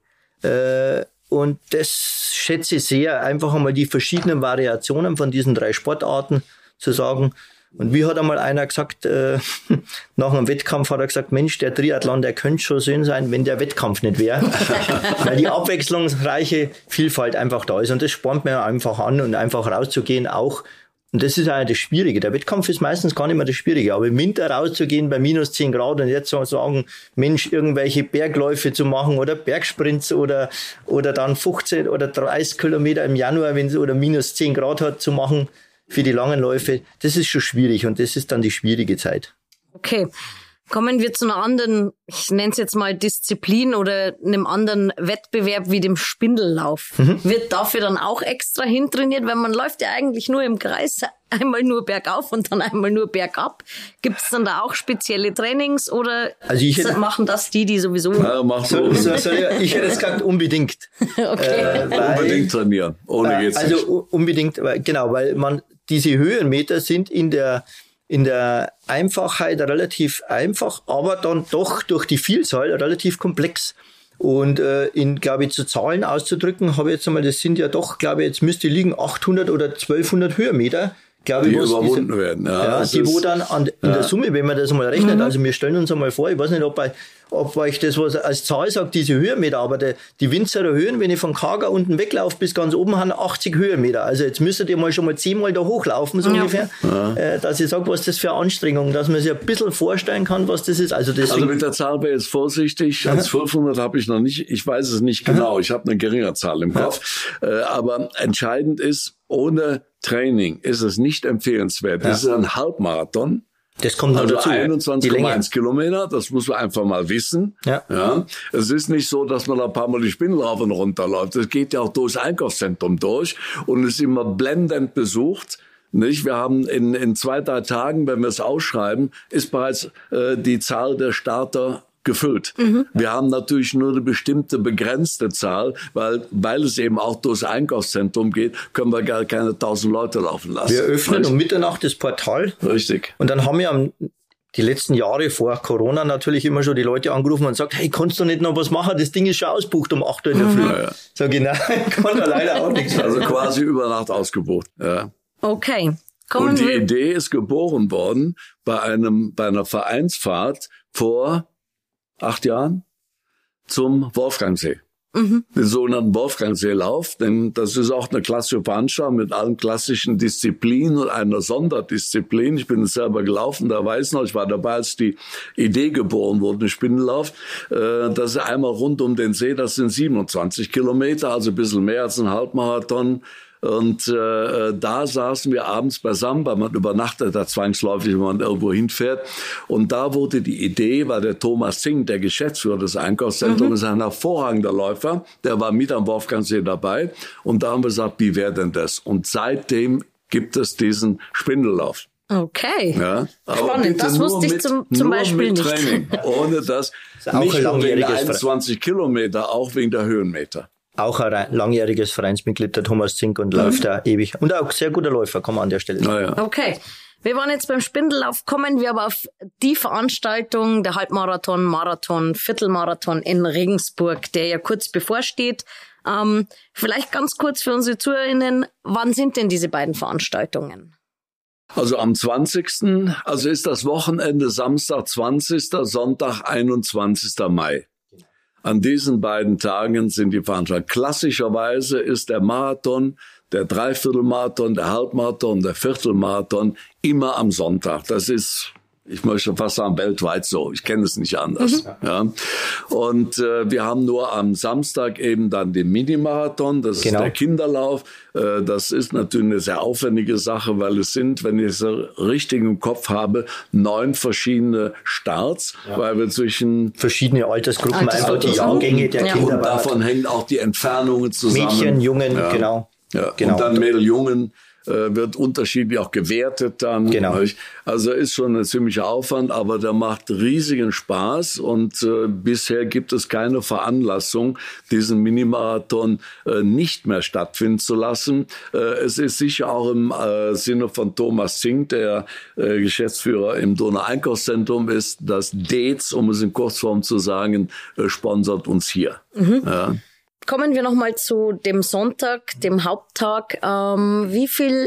Und das schätze ich sehr, einfach einmal die verschiedenen Variationen von diesen 3 Sportarten zu sagen. Und wie hat einmal einer gesagt, nach einem Wettkampf hat er gesagt, Mensch, der Triathlon, der könnte schon schön sein, wenn der Wettkampf nicht wäre. Weil die abwechslungsreiche Vielfalt einfach da ist. Und das spornt mir einfach an und einfach rauszugehen auch. Und das ist auch das Schwierige. Der Wettkampf ist meistens gar nicht mehr das Schwierige. Aber im Winter rauszugehen bei minus 10 Grad und jetzt so sagen, Mensch, irgendwelche Bergläufe zu machen oder Bergsprints oder dann 15 oder 30 Kilometer im Januar, wenn es oder minus 10 Grad hat, zu machen für die langen Läufe, das ist schon schwierig und das ist dann die schwierige Zeit. Okay. Kommen wir zu einer anderen, ich nenne es jetzt mal Disziplin oder einem anderen Wettbewerb wie dem Spindellauf. Wird dafür dann auch extra hintrainiert, weil man läuft ja eigentlich nur im Kreis, einmal nur bergauf und dann einmal nur bergab. Gibt es dann da auch spezielle Trainings oder machen das die sowieso... Ja, ich hätte es gesagt, unbedingt. Okay. Unbedingt trainieren, ohne geht's nicht. Also unbedingt, genau, weil man diese Höhenmeter sind in der Einfachheit relativ einfach, aber dann doch durch die Vielzahl relativ komplex. Und glaube ich, zu Zahlen auszudrücken, habe ich jetzt einmal, das sind ja doch, glaube ich, jetzt müsste liegen 800 oder 1200 Höhenmeter. Glaube die ich, überwunden werden. Ja, die wo dann in der Summe, wenn man das mal rechnet, also wir stellen uns einmal vor, ich weiß nicht, ob euch das was als Zahl sagt, diese Höhenmeter, aber die Winzerer Höhen, wenn ich von Kager unten weglaufe bis ganz oben, haben 80 Höhenmeter. Also jetzt müsstet ihr mal schon mal 10-mal da hochlaufen, so ungefähr, dass ich sage, was das für Anstrengung, dass man sich ein bisschen vorstellen kann, was das ist. Also mit der Zahl wäre jetzt vorsichtig, 1200 habe ich noch nicht, ich weiß es nicht genau, ich habe eine geringe Zahl im Kopf, aber entscheidend ist, ohne Training ist es nicht empfehlenswert. Das ist ein Halbmarathon. Das kommt also dazu. 21,1 Kilometer, das muss man einfach mal wissen. Ja. Es ist nicht so, dass man ein paar Mal die Spindellaufen runterläuft. Es geht ja auch durchs Einkaufszentrum durch und ist immer blendend besucht. Nicht? Wir haben in 2-3 Tagen, wenn wir es ausschreiben, ist bereits die Zahl der Starter gefüllt. Wir haben natürlich nur eine bestimmte begrenzte Zahl, weil es eben auch durchs Einkaufszentrum geht, können wir gar keine 1000 Leute laufen lassen. Wir öffnen um Mitternacht das Portal. Richtig. Und dann haben wir die letzten Jahre vor Corona natürlich immer schon die Leute angerufen und gesagt, hey, kannst du nicht noch was machen? Das Ding ist schon ausgebucht um 8 Uhr in der Früh. Ja. Sag ich, nein, kann da leider auch nichts. Also quasi über Nacht ausgebucht. Ja. Okay. Und die Idee ist geboren worden bei einer Vereinsfahrt vor 8 Jahren zum Wolfgangsee. Den sogenannten Wolfgangseelauf, denn das ist auch eine klassische Veranstaltung mit allen klassischen Disziplinen und einer Sonderdisziplin. Ich bin es selber gelaufen, da weiß noch, ich war dabei, als die Idee geboren wurde, ein Spindellauf. Das ist einmal rund um den See, das sind 27 Kilometer, also ein bisschen mehr als ein Halbmarathon. Und da saßen wir abends beisammen, weil man übernachtet da zwangsläufig, wenn man irgendwo hinfährt. Und da wurde die Idee, weil der Thomas Zink, der Geschäftsführer des Einkaufszentrums, ist ein hervorragender Läufer, der war mit am Wolfgangsee dabei. Und da haben wir gesagt, wie wäre denn das? Und seitdem gibt es diesen Spindellauf. Okay. Ja, spannend. Das wusste ich zum Beispiel nicht. Training, ohne das nicht nur wegen 21 Kilometer, auch wegen der Höhenmeter. Auch ein langjähriges Vereinsmitglied, der Thomas Zink, und läuft da ewig. Und auch sehr guter Läufer, kann man an der Stelle sagen. Ja. Okay. Wir waren jetzt beim Spindellauf, kommen wir aber auf die Veranstaltung, der Halbmarathon, Marathon, Viertelmarathon in Regensburg, der ja kurz bevorsteht. Vielleicht ganz kurz für unsere ZuhörerInnen, wann sind denn diese beiden Veranstaltungen? Also am 20., also ist das Wochenende Samstag 20., Sonntag 21. Mai. An diesen beiden Tagen sind die Veranstaltungen. Klassischerweise ist der Marathon, der Dreiviertelmarathon, der Halbmarathon, der Viertelmarathon immer am Sonntag. Das ist, ich möchte fast sagen, weltweit so. Ich kenne es nicht anders. Ja. Und wir haben nur am Samstag eben dann den Minimarathon. Das ist der Kinderlauf. Das ist natürlich eine sehr aufwendige Sache, weil es sind, wenn ich es richtig im Kopf habe, 9 verschiedene Starts, weil wir zwischen verschiedene Altersgruppen einfach die Jahrgänge der Kinder. Und davon hängen auch die Entfernungen zusammen. Mädchen, Jungen, genau. Ja. Und dann Mädel, Jungen wird unterschiedlich auch gewertet dann. Genau. Also ist schon ein ziemlicher Aufwand, aber der macht riesigen Spaß und bisher gibt es keine Veranlassung, diesen Minimarathon nicht mehr stattfinden zu lassen. Es ist sicher auch im Sinne von Thomas Zink, der Geschäftsführer im Donau-Einkaufszentrum ist, dass DEEZ, um es in Kurzform zu sagen, sponsert uns hier. Ja. Kommen wir nochmal zu dem Sonntag, dem Haupttag. Wie viel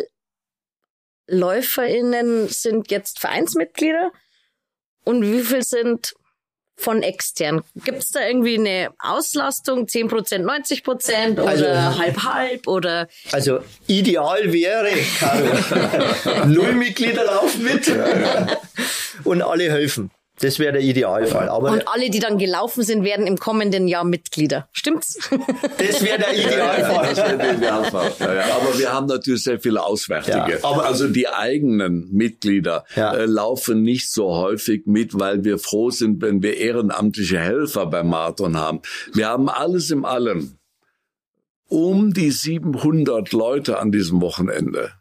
LäuferInnen sind jetzt Vereinsmitglieder und wie viel sind von extern? Gibt es da irgendwie eine Auslastung, 10%, 90% oder also, halb-halb oder? Also ideal wäre, Caro, 0 Mitglieder laufen mit und alle helfen. Das wäre der Idealfall. Aber und alle, die dann gelaufen sind, werden im kommenden Jahr Mitglieder. Stimmt's? Das wäre der Idealfall. Das wäre der Idealfall. Ja. Aber wir haben natürlich sehr viele Auswärtige. Ja, aber also die eigenen Mitglieder laufen nicht so häufig mit, weil wir froh sind, wenn wir ehrenamtliche Helfer beim Marathon haben. Wir haben alles in allem um die 700 Leute an diesem Wochenende.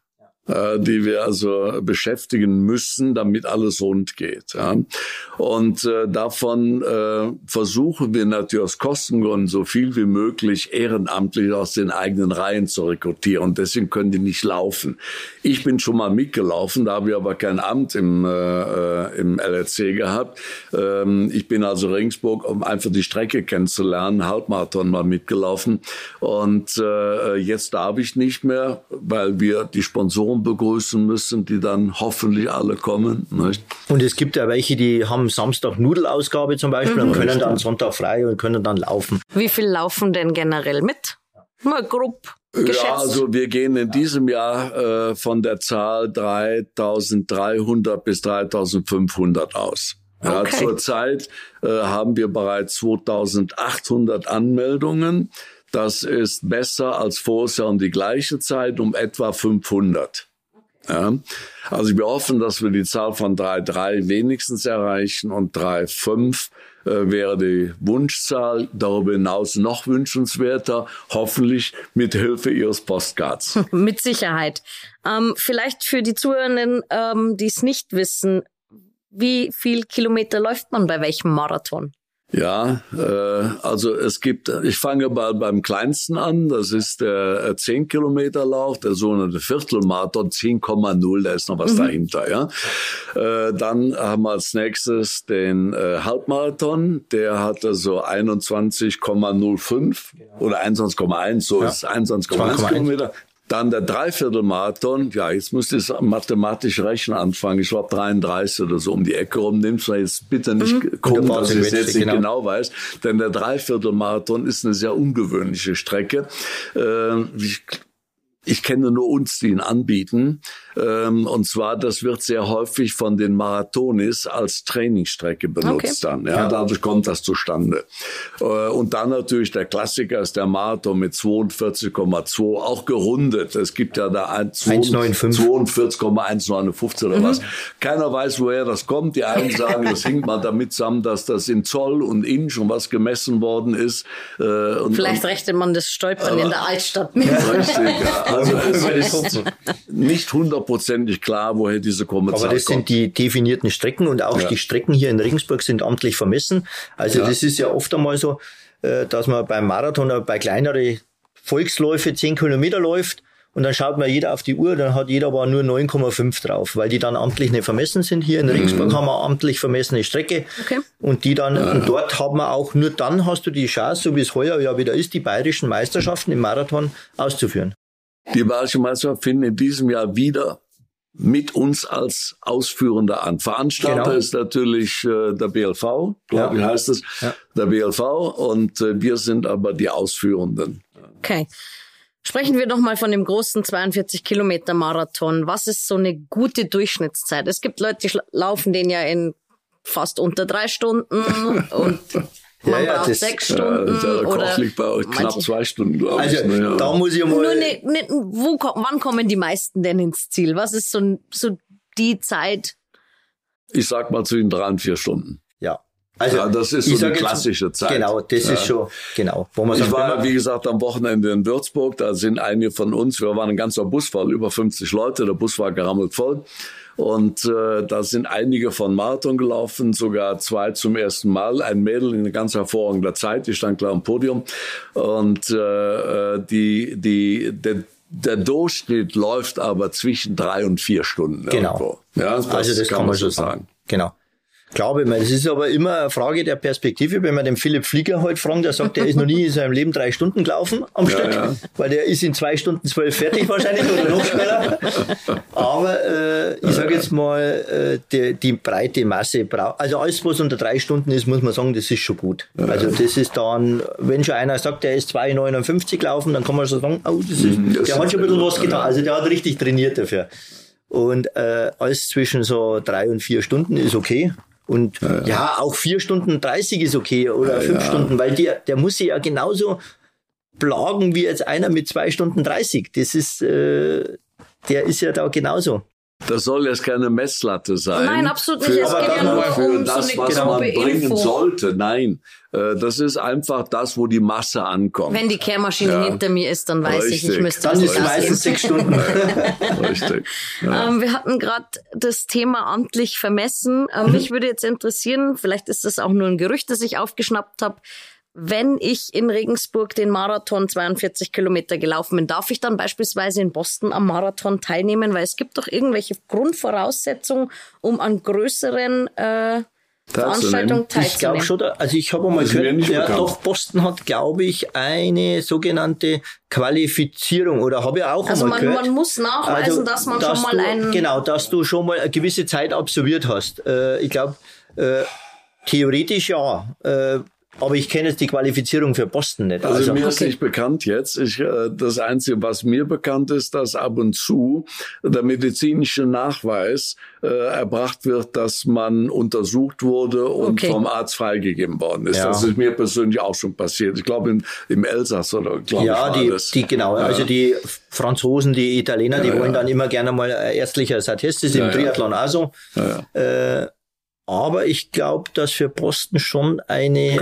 die wir also beschäftigen müssen, damit alles rund geht. Ja. Und davon versuchen wir natürlich aus Kostengründen so viel wie möglich ehrenamtlich aus den eigenen Reihen zu rekrutieren. Und deswegen können die nicht laufen. Ich bin schon mal mitgelaufen, da habe ich aber kein Amt im LRC gehabt. Ich bin also Regensburg, um einfach die Strecke kennenzulernen, Halbmarathon mal mitgelaufen. Und jetzt darf ich nicht mehr, weil wir die Sponsoren begrüßen müssen, die dann hoffentlich alle kommen. Nicht? Und es gibt ja welche, die haben Samstag Nudelausgabe zum Beispiel und können dann Sonntag frei und können dann laufen. Wie viel laufen denn generell mit? Mal grob geschätzt. Ja, also wir gehen in diesem Jahr von der Zahl 3.300 bis 3.500 aus. Ja, Okay. Zurzeit haben wir bereits 2.800 Anmeldungen. Das ist besser als vorher um die gleiche Zeit um etwa 500. Ja, also wir hoffen, dass wir die Zahl von 3,3 wenigstens erreichen und 3,5 wäre die Wunschzahl. Darüber hinaus noch wünschenswerter, hoffentlich mit Hilfe Ihres Postcards. Mit Sicherheit. Vielleicht für die Zuhörenden, die es nicht wissen, wie viel Kilometer läuft man bei welchem Marathon? Ja, also es gibt, ich fange beim kleinsten an, das ist der 10-Kilometer-Lauf, der sogenannte Viertelmarathon, 10,0, da ist noch was dahinter, ja. Dann haben wir als nächstes den Halbmarathon, der hatte so 21,05 oder 21,1, so ist 21,1 Kilometer. Dann der Dreiviertelmarathon, ja, jetzt müsst ihr mathematisch rechnen anfangen. Ich glaube 33 oder so um die Ecke rum. Nehm's mir jetzt bitte nicht gucken, dass ich es jetzt nicht genau weiß. Denn der Dreiviertelmarathon ist eine sehr ungewöhnliche Strecke. Ich kenne nur uns, die ihn anbieten. Und zwar, das wird sehr häufig von den Marathonis als Trainingsstrecke benutzt dann. Ja, dadurch kommt das zustande. Und dann natürlich der Klassiker ist der Marathon mit 42,2, auch gerundet. Es gibt ja da 42,159 oder was. Keiner weiß, woher das kommt. Die einen sagen, das hängt mal damit zusammen, dass das in Zoll und Inch und was gemessen worden ist. Vielleicht rechnet man das Stolpern in der Altstadt mit. Richtig, ja. Also es ist nicht hundertprozentig klar, woher diese Kommazahlen kommt. Aber das sind die definierten Strecken und auch die Strecken hier in Regensburg sind amtlich vermessen. Also das ist ja oft einmal so, dass man beim Marathon oder bei kleineren Volksläufe 10 Kilometer läuft und dann schaut mal jeder auf die Uhr, dann hat jeder aber nur 9,5 drauf, weil die dann amtlich nicht vermessen sind. Hier in Regensburg haben wir amtlich vermessene Strecke und die dann, und dort haben wir auch, nur dann hast du die Chance, so wie es heuer ja wieder ist, die bayerischen Meisterschaften im Marathon auszuführen. Die Bayerische Meisterschaft finden in diesem Jahr wieder mit uns als Ausführender an. Veranstalter ist natürlich der BLV, glaube ich heißt es, der BLV, und wir sind aber die Ausführenden. Okay. Sprechen wir doch mal von dem großen 42-Kilometer-Marathon. Was ist so eine gute Durchschnittszeit? Es gibt Leute, die laufen den ja in fast unter 3 Stunden und man braucht 6 Stunden. Der Rekord liegt bei euch knapp 2 Stunden, glaube ich. Also, da muss ich mal... wann kommen die meisten denn ins Ziel? Was ist so die Zeit? Ich sag mal zwischen 3 und 4 Stunden. Ja. Also, ja, das ist so die klassische Zeit. Genau, das ist schon, genau. Wo man ich war, wie gesagt, am Wochenende in Würzburg, da sind einige von uns, wir waren ein ganzer Bus voll, über 50 Leute, der Bus war gerammelt voll. Und da sind einige von Marathon gelaufen, sogar 2 zum ersten Mal. Ein Mädel in ganz hervorragender Zeit, die stand klar am Podium. Und der Durchschnitt läuft aber zwischen 3 und 4 Stunden. Genau. Irgendwo. Ja, also das kann man schon sagen. Genau. Glaube ich mal. Das ist aber immer eine Frage der Perspektive. Wenn man den Philipp Flieger heute fragt, der sagt, der ist noch nie in seinem Leben 3 Stunden gelaufen am Stück, weil der ist in 2 Stunden 12 fertig wahrscheinlich oder noch schneller. Aber ich sage jetzt mal, die breite Masse braucht, also alles, was unter 3 Stunden ist, muss man sagen, das ist schon gut. Also das ist dann, wenn schon einer sagt, der ist 2,59 gelaufen, dann kann man schon sagen, oh, das ist, der hat schon ein bisschen was getan. Also der hat richtig trainiert dafür. Und alles zwischen so 3 und 4 Stunden ist okay. Und auch 4 Stunden 30 ist okay oder 5 Stunden, weil der muss sich ja genauso plagen wie jetzt einer mit 2 Stunden 30. Das ist, der ist ja da genauso. Das soll jetzt keine Messlatte sein. Nein, absolut nicht. Es geht ja nur um das, so eine was man bringen Info. sollte. Nein, das ist einfach das, wo die Masse ankommt. Wenn die Kehrmaschine hinter mir ist, dann weiß ich müsste dann ist es meistens 6 Stunden. Richtig. Ja. Wir hatten gerade das Thema amtlich vermessen. Mich würde jetzt interessieren, vielleicht ist das auch nur ein Gerücht, das ich aufgeschnappt habe, wenn ich in Regensburg den Marathon 42 Kilometer gelaufen bin, darf ich dann beispielsweise in Boston am Marathon teilnehmen? Weil es gibt doch irgendwelche Grundvoraussetzungen, um an größeren Veranstaltungen teilzunehmen. Ich glaube schon, also ich habe mal gehört, doch Boston hat, glaube ich, eine sogenannte Qualifizierung oder habe ich auch einmal gehört. Also man muss nachweisen, dass man schon mal dass du schon mal eine gewisse Zeit absolviert hast. Ich glaube, theoretisch ja. Aber ich kenne jetzt die Qualifizierung für Boston nicht. Also mir ist nicht bekannt jetzt. Das Einzige, was mir bekannt ist, dass ab und zu der medizinische Nachweis erbracht wird, dass man untersucht wurde und vom Arzt freigegeben worden ist. Ja. Das ist mir persönlich auch schon passiert. Ich glaube im Elsass oder glaube ich genau. Ja. Also die Franzosen, die Italiener, die wollen dann immer gerne mal ärztlicher Attest. Das ist im Triathlon auch so. Ja. Aber ich glaube, dass für Boston schon eine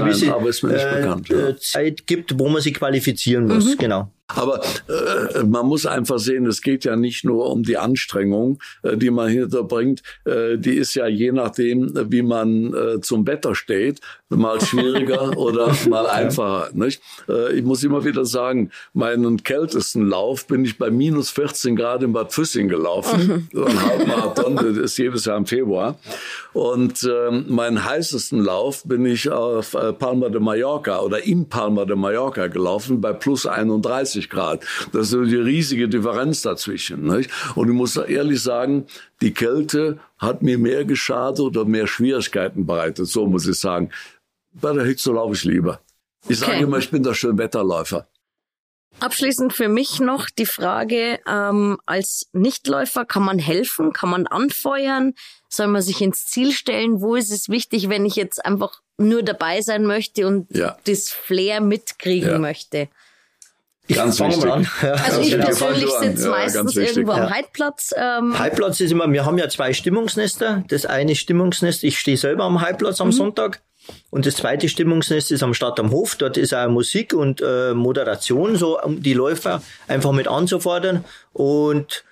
gewisse Zeit gibt, wo man sich qualifizieren muss. Genau. Aber man muss einfach sehen, es geht ja nicht nur um die Anstrengung, die man hinterbringt. Die ist ja je nachdem, wie man zum Wetter steht, mal schwieriger oder mal einfacher. Nicht? Ich muss immer wieder sagen, meinen kältesten Lauf bin ich bei minus 14 Grad in Bad Füssing gelaufen. Ein Halbmarathon, das ist jedes Jahr im Februar. Und meinen heißesten Lauf bin ich auf Palma de Mallorca oder in Palma de Mallorca gelaufen bei plus 31 Grad. Das ist die riesige Differenz dazwischen. Nicht? Und ich muss ehrlich sagen, die Kälte hat mir mehr geschadet oder mehr Schwierigkeiten bereitet. So muss ich sagen. Bei der Hitze laufe ich lieber. Ich sage immer, ich bin der Schönwetterläufer. Abschließend für mich noch die Frage, als Nichtläufer, kann man helfen? Kann man anfeuern? Soll man sich ins Ziel stellen? Wo ist es wichtig, wenn ich jetzt einfach nur dabei sein möchte und das Flair mitkriegen möchte? Ganz wichtig. Also ich persönlich sitze meistens irgendwo am Heidplatz. Heidplatz ist immer, wir haben ja 2 Stimmungsnester. Das eine Stimmungsnest, ich stehe selber am Heidplatz am Sonntag. Und das zweite Stimmungsnest ist am Stadt am Hof. Dort ist auch Musik und Moderation, so um die Läufer einfach mit anzufordern. Und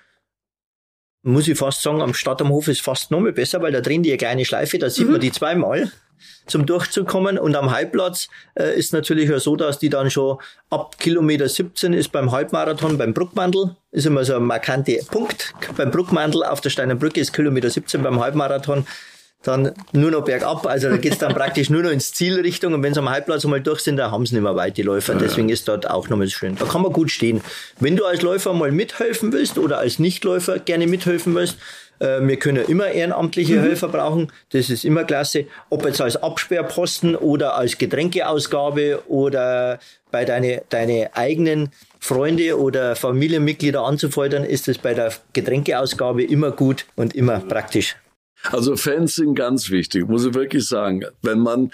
muss ich fast sagen, am Stadt am Hof ist fast noch mal besser, weil da drehen die eine kleine Schleife, da sieht man die zweimal zum Durchzukommen. Und am Heidplatz ist natürlich auch so, dass die dann schon ab Kilometer 17 ist beim Halbmarathon, beim Bruckmandl, ist immer so ein markanter Punkt. Beim Bruckmandl auf der Steiner Brücke ist Kilometer 17 beim Halbmarathon. Dann nur noch bergab, also da geht's dann praktisch nur noch ins Zielrichtung und wenn sie am Halbplatz einmal durch sind, dann haben sie nicht mehr weit, die Läufer. Deswegen ist dort auch nochmal schön. Da kann man gut stehen. Wenn du als Läufer mal mithelfen willst oder als Nichtläufer gerne mithelfen willst, wir können immer ehrenamtliche Helfer brauchen, das ist immer klasse. Ob jetzt als Absperrposten oder als Getränkeausgabe oder bei deine eigenen Freunde oder Familienmitglieder anzufordern, ist es bei der Getränkeausgabe immer gut und immer praktisch. Also Fans sind ganz wichtig, muss ich wirklich sagen. Wenn man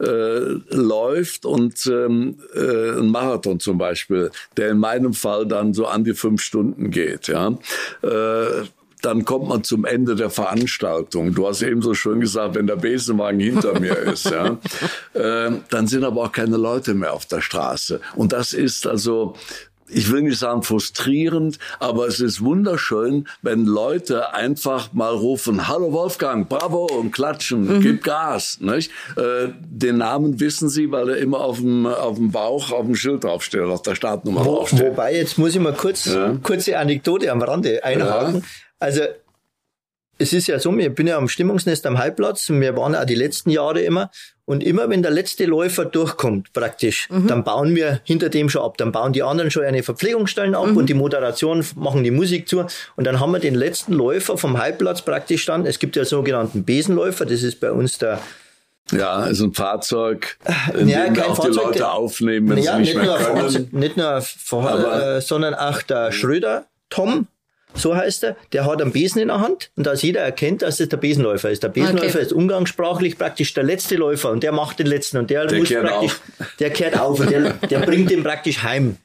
läuft und ein Marathon zum Beispiel, der in meinem Fall dann so an die 5 Stunden geht, dann kommt man zum Ende der Veranstaltung. Du hast eben so schön gesagt, wenn der Besenwagen hinter mir ist, dann sind aber auch keine Leute mehr auf der Straße. Und das ist also, ich will nicht sagen frustrierend, aber es ist wunderschön, wenn Leute einfach mal rufen, hallo Wolfgang, bravo, und klatschen, gib Gas. Nicht? Den Namen wissen sie, weil er immer auf dem Bauch, auf dem Schild draufsteht, auf der Startnummer draufsteht. Wobei, jetzt muss ich mal kurze Anekdote am Rande einhaken. Also es ist ja so, ich bin ja am Stimmungsnest am Heidplatz, wir waren auch die letzten Jahre immer, und immer wenn der letzte Läufer durchkommt praktisch, dann bauen wir hinter dem schon ab, dann bauen die anderen schon eine Verpflegungsstellen ab und die Moderation machen die Musik zu und dann haben wir den letzten Läufer vom Heidplatz praktisch dann, es gibt ja sogenannten Besenläufer, das ist bei uns der... Ja, ist ein Fahrzeug, in dem auch die Leute aufnehmen, wenn sie nicht mehr können. Nicht nur sondern auch der Schröder, Tom, so heißt er, der hat einen Besen in der Hand und dass jeder erkennt, dass das der Besenläufer ist. Der Besenläufer ist umgangssprachlich praktisch der letzte Läufer und der macht den letzten und der muss praktisch, der kehrt auf und der bringt den praktisch heim.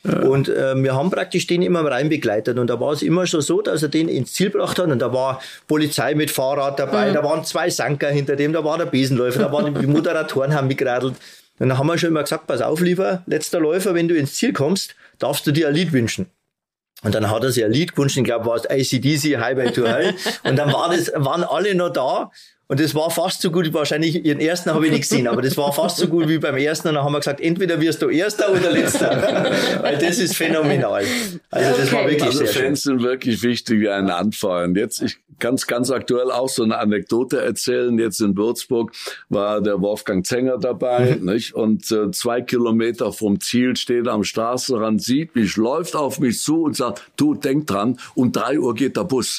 Und wir haben praktisch den immer rein begleitet. Und da war es immer schon so, dass er den ins Ziel gebracht hat. Und da war Polizei mit Fahrrad dabei, da waren 2 Sanker hinter dem, da war der Besenläufer, da waren die Moderatoren, haben mitgeradelt. Und dann haben wir schon immer gesagt, pass auf, lieber letzter Läufer, wenn du ins Ziel kommst, darfst du dir ein Lied wünschen. Und dann hat er sich ein Lied gewünscht, ich glaube, war es AC/DC, Highway to Hell. Und dann waren alle noch da. Und das war fast so gut, wahrscheinlich ihren ersten habe ich nicht gesehen, aber das war fast so gut wie beim ersten. Und dann haben wir gesagt, entweder wirst du Erster oder Letzter. Weil das ist phänomenal. Also das war wirklich also sehr schön. Fans sind wirklich wichtig wie ein Anfeuern. Jetzt, ich kann ganz aktuell auch so eine Anekdote erzählen. Jetzt in Würzburg war der Wolfgang Zenger dabei, nicht? Und 2 Kilometer vom Ziel steht am Straßenrand, sieht mich, läuft auf mich zu und sagt, du, denk dran, um 3 Uhr geht der Bus.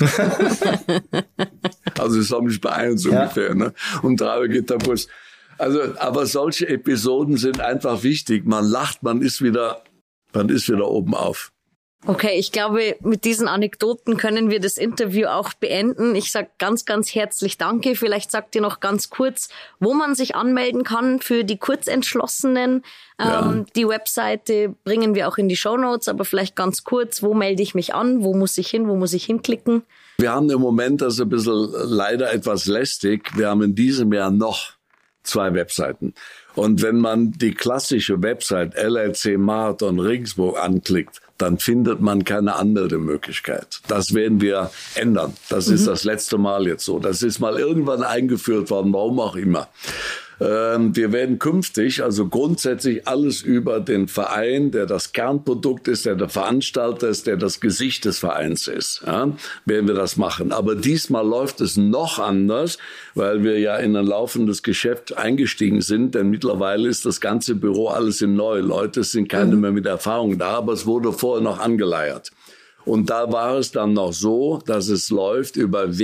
Also das war mich beeindruckt ungefähr, ne? Um 3 Uhr geht der Bus. Also, aber solche Episoden sind einfach wichtig. Man lacht, man ist wieder oben auf. Okay, ich glaube, mit diesen Anekdoten können wir das Interview auch beenden. Ich sage ganz, ganz herzlich Danke. Vielleicht sagt ihr noch ganz kurz, wo man sich anmelden kann für die Kurzentschlossenen. Die Webseite bringen wir auch in die Shownotes, aber vielleicht ganz kurz, wo melde ich mich an? Wo muss ich hin? Wo muss ich hinklicken? Wir haben im Moment, das ist ein bisschen leider etwas lästig, wir haben in diesem Jahr noch 2 Webseiten. Und wenn man die klassische Website LLC Marathon Regensburg anklickt, dann findet man keine Anmeldemöglichkeit. Das werden wir ändern. Das ist das letzte Mal jetzt so. Das ist mal irgendwann eingeführt worden, warum auch immer. Wir werden künftig, also grundsätzlich alles über den Verein, der das Kernprodukt ist, der Veranstalter ist, der das Gesicht des Vereins ist, ja, werden wir das machen. Aber diesmal läuft es noch anders, weil wir ja in ein laufendes Geschäft eingestiegen sind, denn mittlerweile ist das ganze Büro alles in neu. Leute, es sind keine mehr mit Erfahrung da, aber es wurde vorher noch angeleiert. Und da war es dann noch so, dass es läuft über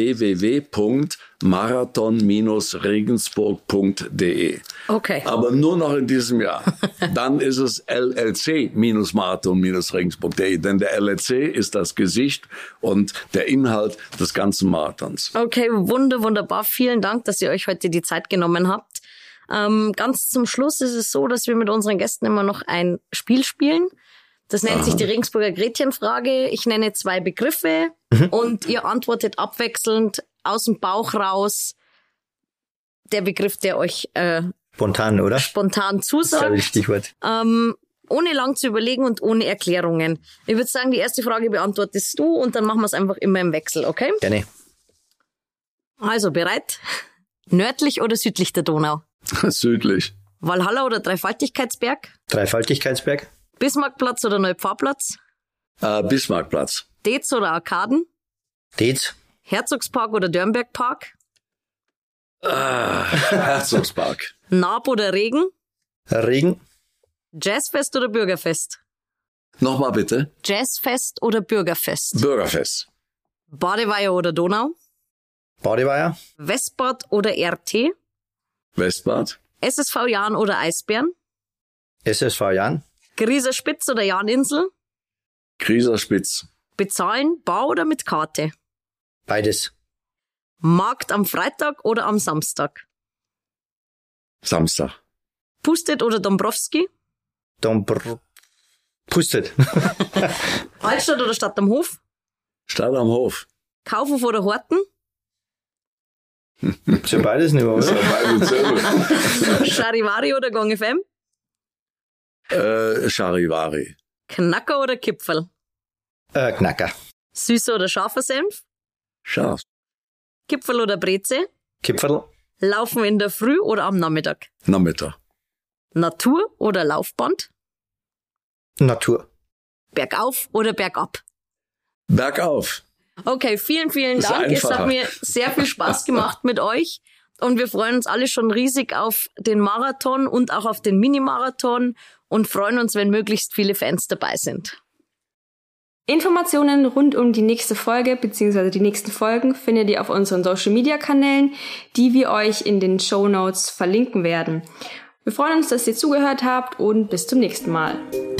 www.marathon-regensburg.de. Okay. Aber nur noch in diesem Jahr. Dann ist es LLC-Marathon-Regensburg.de, denn der LLC ist das Gesicht und der Inhalt des ganzen Marathons. Okay, wunderbar. Vielen Dank, dass ihr euch heute die Zeit genommen habt. Ganz zum Schluss ist es so, dass wir mit unseren Gästen immer noch ein Spiel spielen. Das nennt sich die Regensburger Gretchenfrage. Ich nenne 2 Begriffe und ihr antwortet abwechselnd aus dem Bauch raus der Begriff, der euch Spontan, oder? Spontan zusagt. Das ist das Stichwort. Ohne lang zu überlegen und ohne Erklärungen. Ich würde sagen, die erste Frage beantwortest du und dann machen wir es einfach immer im Wechsel, okay? Gerne. Also, bereit? Nördlich oder südlich der Donau? Südlich. Walhalla oder Dreifaltigkeitsberg? Dreifaltigkeitsberg. Bismarckplatz oder Neupfarrplatz? Bismarckplatz. Dez oder Arkaden? Dez. Herzogspark oder Dörnbergpark? Herzogspark. Naab oder Regen? Regen. Jazzfest oder Bürgerfest? Nochmal bitte. Jazzfest oder Bürgerfest? Bürgerfest. Badeweiher oder Donau? Badeweiher. Westbad oder RT? Westbad. SSV Jahn oder Eisbären? SSV Jahn. Grieser Spitz oder Jahninsel? Grieser Spitz. Bezahlen, bar oder mit Karte? Beides. Markt am Freitag oder am Samstag? Samstag. Pustet oder Dombrowski? Pustet. Altstadt oder Stadt am Hof? Stadt am Hof. Kaufhof oder Horten? Ist ja beides nicht mehr, oder? Charivari oder Gong FM? Charivari. Knacker oder Kipferl? Knacker. Süßer oder scharfer Senf? Scharf. Kipferl oder Breze? Kipferl. Laufen in der Früh oder am Nachmittag? Nachmittag. Natur oder Laufband? Natur. Bergauf oder bergab? Bergauf. Okay, vielen Dank. Es hat mir sehr viel Spaß gemacht mit euch. Und wir freuen uns alle schon riesig auf den Marathon und auch auf den Mini-Marathon und freuen uns, wenn möglichst viele Fans dabei sind. Informationen rund um die nächste Folge bzw. die nächsten Folgen findet ihr auf unseren Social-Media-Kanälen, die wir euch in den Shownotes verlinken werden. Wir freuen uns, dass ihr zugehört habt und bis zum nächsten Mal.